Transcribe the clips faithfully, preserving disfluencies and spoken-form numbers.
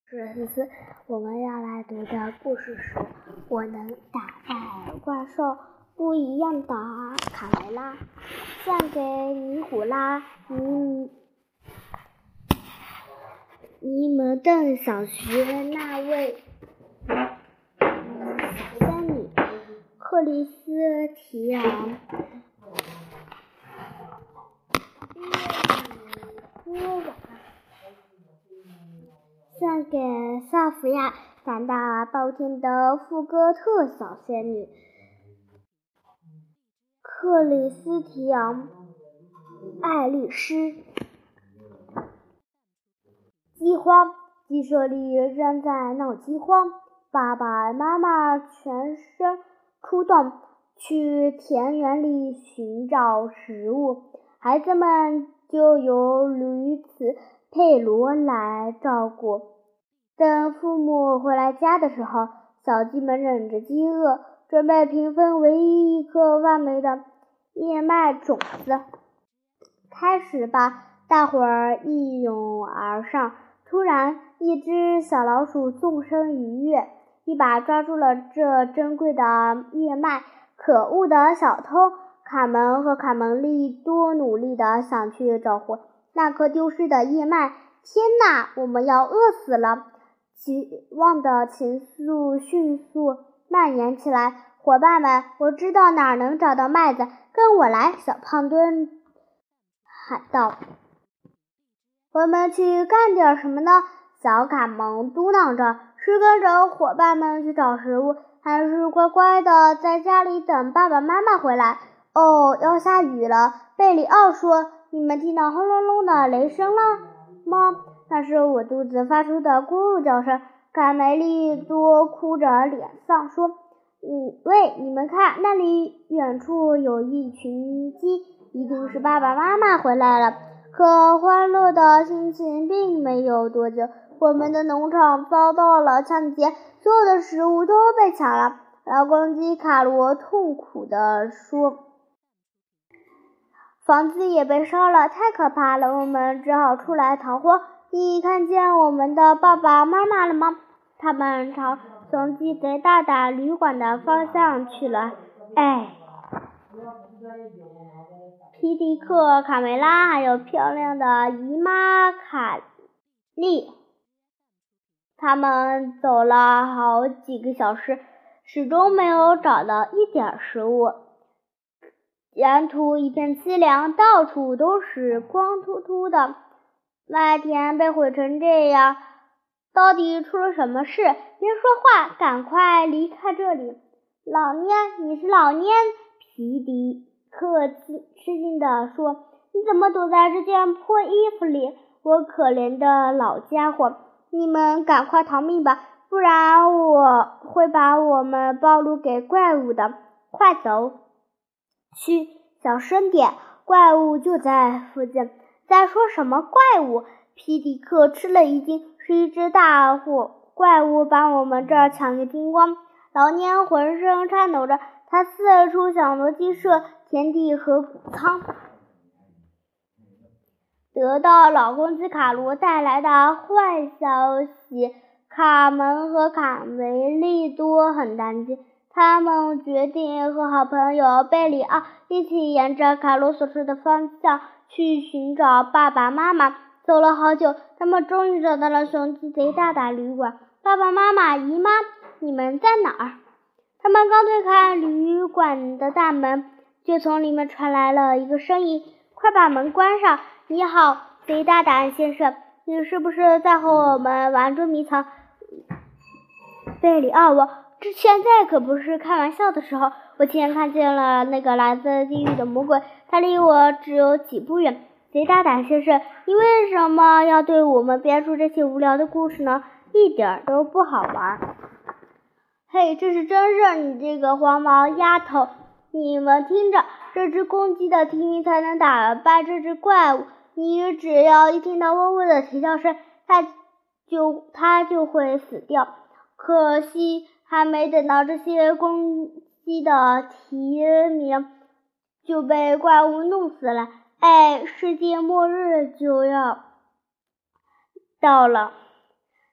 是思思，我们要来读的故事是《我能打败怪兽不一样的卡梅拉》，献给尼古拉尼尼门顿小学那位小仙女克里斯提昂。献给萨福亚胆大包天的福哥特小仙女克里斯提昂爱丽丝。饥荒，鸡舍里正在闹饥荒，爸爸妈妈全身出动去田园里寻找食物，孩子们就由驴子佩罗来照顾。等父母回来家的时候，小鸡们忍着饥饿，准备平分唯一一颗完美的燕麦种子。开始吧！大伙儿一拥而上。突然，一只小老鼠纵身一跃，一把抓住了这珍贵的燕麦。可恶的小偷！卡门和卡门利多努力地想去找回那颗丢失的燕麦。天哪，我们要饿死了！绝望的情愫迅速蔓延起来。伙伴们，我知道哪儿能找到麦子，跟我来！小胖墩喊道。我们去干点什么呢？小卡蒙嘟囔着，是跟着伙伴们去找食物，还是乖乖的在家里等爸爸妈妈回来？哦，要下雨了。贝里奥说，你们听到轰隆隆的雷声了吗？那是我肚子发出的咕噜叫声。卡梅利多哭着脸丧说，嗯，喂，你们看，那里远处有一群鸡，一定是爸爸妈妈回来了。可欢乐的心情并没有多久，我们的农场遭到了抢劫，所有的食物都被抢了。老公鸡卡罗痛苦地说，房子也被烧了，太可怕了，我们只好出来逃荒。你看见我们的爸爸妈妈了吗？他们朝雄鸡贼大的旅馆的方向去了。哎，皮迪克、卡梅拉还有漂亮的姨妈卡莉，他们走了好几个小时，始终没有找到一点食物。沿途一片凄凉，到处都是光秃秃的麦田，被毁成这样，到底出了什么事？别说话，赶快离开这里！老蔫，你是老蔫！皮迪克吃惊地说，你怎么躲在这件破衣服里？我可怜的老家伙，你们赶快逃命吧，不然我会把我们暴露给怪物的。快走！嘘，小声点，怪物就在附近。在说什么怪物？皮迪克吃了一惊，是一只大货怪物，把我们这儿抢个精光。老蔫浑身颤抖着，他四处想挪鸡舍、田地和谷仓。得到老公鸡卡罗带来的坏消息，卡门和卡梅利多很担心。他们决定和好朋友贝里奥一起沿着卡罗所说的方向去寻找爸爸妈妈。走了好久，他们终于找到了雄鸡贼大的旅馆。爸爸妈妈、姨妈，你们在哪儿？他们刚推开旅馆的大门，就从里面传来了一个声音，快把门关上。你好，贼大胆先生，你是不是在和我们玩捉迷藏？贝里奥，我这现在可不是开玩笑的时候，我亲眼看见了那个来自地狱的魔鬼，他离我只有几步远。贼大胆先生，你为什么要对我们编出这些无聊的故事呢？一点都不好玩。嘿，这是真事，你这个黄毛丫头！你们听着，这只公鸡的啼鸣才能打败这只怪物。你只要一听到嗡嗡的啼叫声，它就它就会死掉。可惜还没等到这些公鸡的啼鸣，就被怪物弄死了。哎，世界末日就要到了！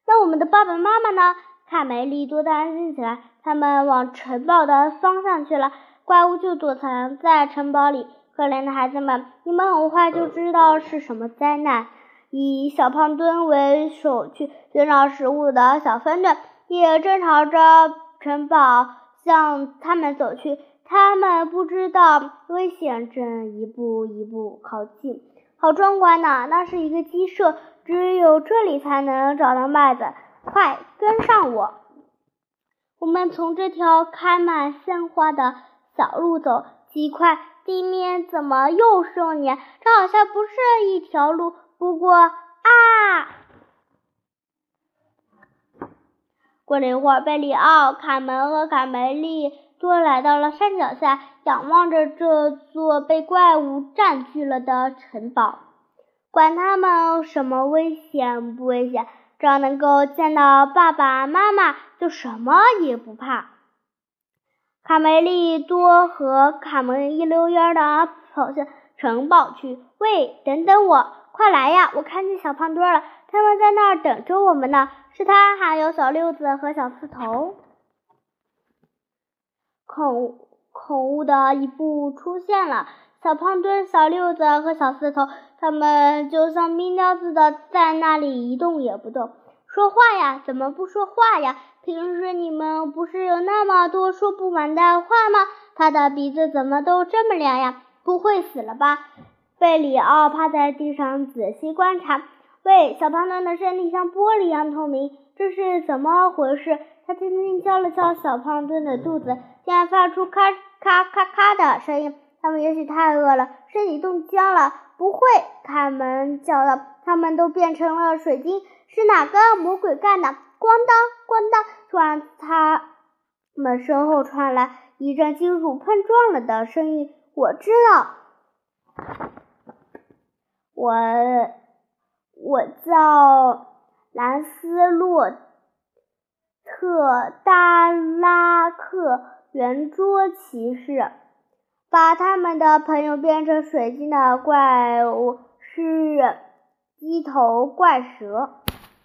那我们的爸爸妈妈呢？卡梅利多担心起来。他们往城堡的方向去了，怪物就躲藏在城堡里。可怜的孩子们，你们很快就知道是什么灾难。以小胖墩为首去寻找食物的小分队也正朝着城堡向他们走去。他们不知道危险正一步一步靠近。好壮观呐！那是一个鸡舍，只有这里才能找到麦子。快跟上我！我们从这条开满鲜花的小路走。鸡快，地面怎么又是黏？这好像不是一条路。不过啊！过了一会儿，贝里奥、卡门和卡梅利多来到了山脚下，仰望着这座被怪物占据了的城堡。管他们什么危险不危险，只要能够见到爸爸妈妈，就什么也不怕。卡梅利多和卡门一溜烟的跑向城堡去。喂，等等我！快来呀！我看见小胖墩了，他们在那儿等着我们呢。是他，还有小六子和小刺头。恐恐怖的一幕出现了，小胖墩、小六子和小刺头，他们就像冰雕似的在那里一动也不动。说话呀，怎么不说话呀？平时你们不是有那么多说不完的话吗？他的鼻子怎么都这么凉呀？不会死了吧？贝里奥趴在地上仔细观察。喂，小胖墩的身体像玻璃一样透明，这是怎么回事？他轻轻敲了敲小胖墩的肚子，竟然发出咔咔咔咔的声音。他们也许太饿了，身体冻僵了。不会，卡门叫道，他们都变成了水晶，是哪个魔鬼干的？咣当咣当，突然他们身后传来一阵金属碰撞了的声音。我知道，我我叫兰斯洛特达拉克，圆桌骑士。把他们的朋友变成水晶的怪物是鸡头怪蛇。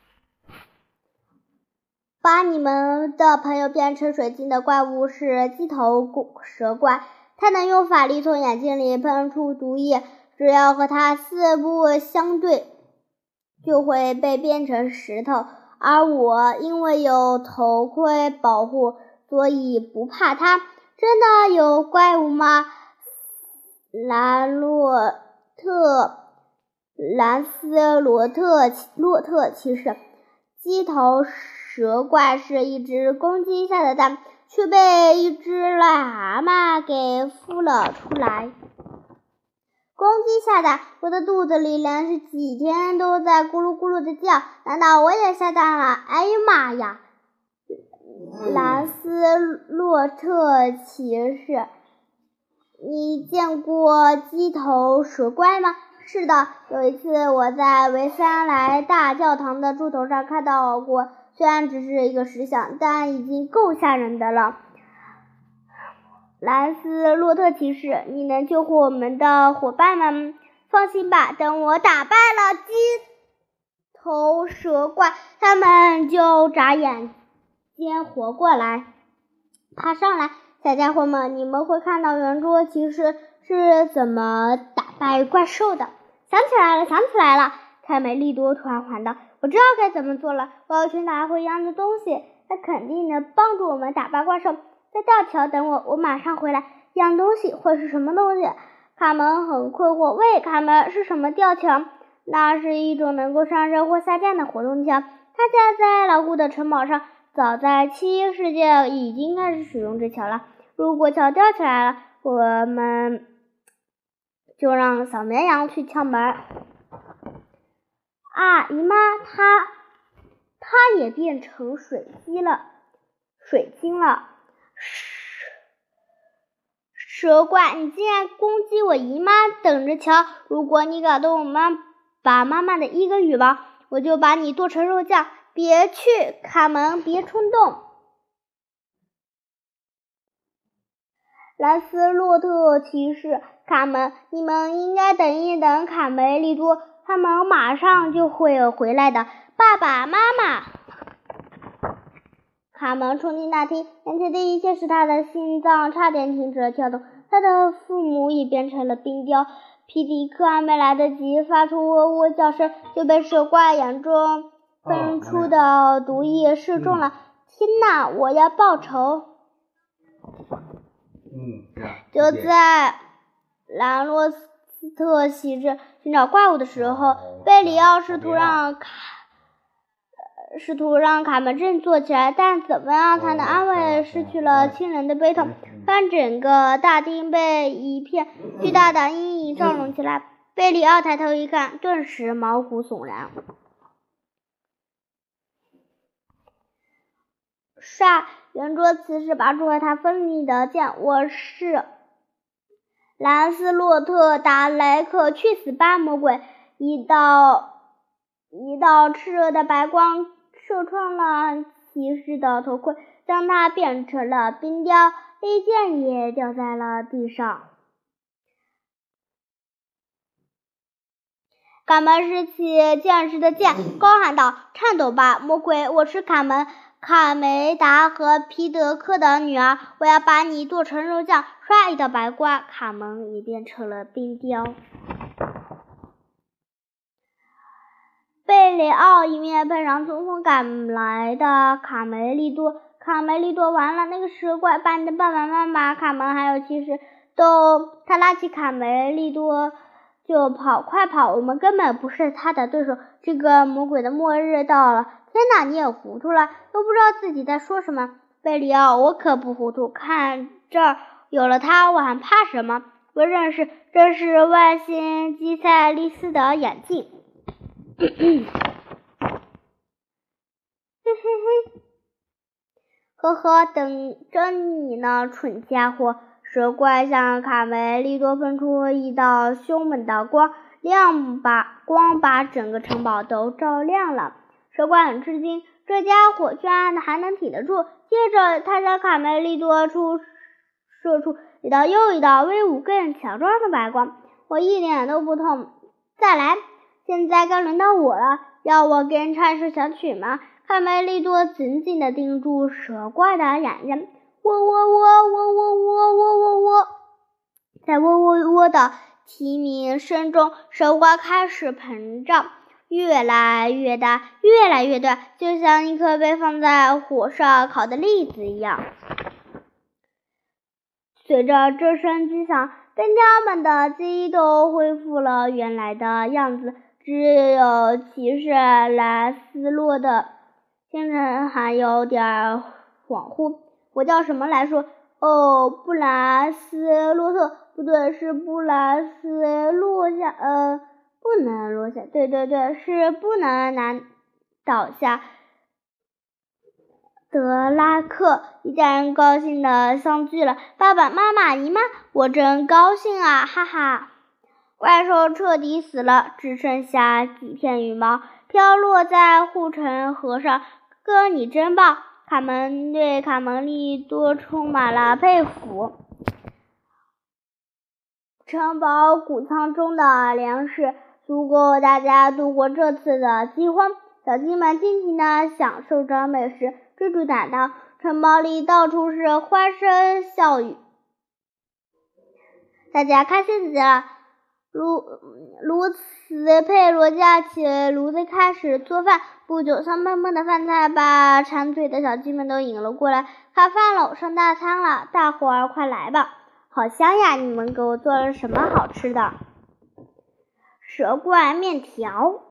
把你们的朋友变成水晶的怪物是鸡头蛇怪，它能用法力从眼睛里喷出毒液，只要和它四目相对，就会被变成石头。而我因为有头盔保护，所以不怕它。真的有怪物吗？兰洛特兰斯罗特洛特骑士，鸡头蛇怪是一只公鸡下的蛋，却被一只癞蛤蟆给孵了出来。公鸡下蛋，我的肚子里连续几天都在咕噜咕噜的叫，难道我也下蛋了？哎呀妈呀！兰斯洛特骑士，你见过鸡头蛇怪吗？是的，有一次我在维三莱大教堂的柱头上看到过，虽然只是一个石像，但已经够吓人的了。兰斯洛特骑士，你能救活我们的伙伴们？放心吧，等我打败了鸡头蛇怪，他们就眨眼间活过来。爬上来，小家伙们，你们会看到圆桌骑士是怎么打败怪兽的。想起来了，想起来了！凯梅利多突然喊道：“我知道该怎么做了，我要去拿回一样的东西，它肯定能帮助我们打败怪兽。在大桥等我，我马上回来。一样东西会是什么东西？”卡门很困惑。喂，卡门，是什么吊桥？那是一种能够上升或下降的活动桥，它架在牢固的城堡上。早在七世纪已经开始使用这桥了。如果桥吊起来了，我们就让小绵羊去敲门。啊，姨妈，它它也变成水晶了，水晶了。蛇怪，你竟然攻击我姨妈！等着瞧，如果你搞动我妈把妈妈的一个羽毛，我就把你剁成肉酱！别去，卡门，别冲动。兰斯洛特骑士，卡门，你们应该等一等卡梅利多，他们马上就会回来的。爸爸妈妈卡门冲进大厅，眼前的一切使他的心脏差点停止了跳动。他的父母已变成了冰雕，皮迪克还没来得及发出喔喔叫声，就被蛇怪眼中喷出的毒液射中了。天哪，我要报仇！ 嗯， 就在兰洛斯特骑着寻找怪物的时候，贝里奥试图让卡试图让卡门振作起来，但怎么样才能安慰失去了亲人的悲痛？当整个大厅被一片巨大的阴影罩拢起来，贝里奥抬头一看，顿时毛骨悚然。唰！圆桌骑士拔出了他锋利的剑，我是兰斯洛特·达雷克，去死吧，魔鬼！一道一道炽热的白光射穿了骑士的头盔，将他变成了冰雕，利剑也掉在了地上。卡门拾起剑士的剑，高喊道：“颤抖吧，魔鬼！我是卡门，卡梅达和皮德克的女儿，我要把你剁成肉酱！”唰，一道白光，卡门也变成了冰雕。贝雷奥一面碰上从风赶来的卡梅利多，卡梅利多完了，那个蛇怪把你的爸爸妈妈、卡门还有骑士都……他拉起卡梅利多就跑，快跑！我们根本不是他的对手。这个魔鬼的末日到了！天哪，你也糊涂了，都不知道自己在说什么。贝里奥，我可不糊涂，看这儿，有了它，我还怕什么？我认识，这是外星基赛利斯的眼镜。嘿嘿嘿，呵呵，等着你呢，蠢家伙！蛇怪向卡梅利多喷出一道凶猛的光，亮把光把整个城堡都照亮了。蛇怪很吃惊，这家伙居然还能挺得住。接着，他向卡梅利多出射出一道又一道威武更强壮的白光。我一点都不痛，再来！现在该轮到我了，要我给你唱一首小曲吗？卡梅利多紧紧地盯住蛇怪的眼睛。喔喔喔喔喔喔喔喔喔，在喔喔喔的啼鸣声中，蛇怪开始膨胀，越来越大，越来越大，就像一颗被放在火上烤的栗子一样。随着这声巨响，冰雕们的记忆都恢复了原来的样子，只有骑士莱斯洛的精神还有点恍惚。我叫什么来说？哦，布莱斯洛特，不对，是布莱斯落下，呃，不能落下，对对对，是不能难倒下。德拉克一家人高兴地相聚了，爸爸妈妈姨妈，我真高兴啊，哈哈！怪兽彻底死了，只剩下几片羽毛飘落在护城河上。哥，你真棒！卡门对卡门利多充满了佩服。城堡谷仓中的粮食足够大家度过这次的饥荒。小鸡们尽情地享受着美食，追逐打闹，城堡里到处是欢声笑语，大家开心极了。卢卢茨佩罗架起炉子开始做饭，不久香喷喷的饭菜把馋嘴的小鸡们都引了过来。开饭喽，上大餐了，大伙儿快来吧！好香呀，你们给我做了什么好吃的？蛇怪面条。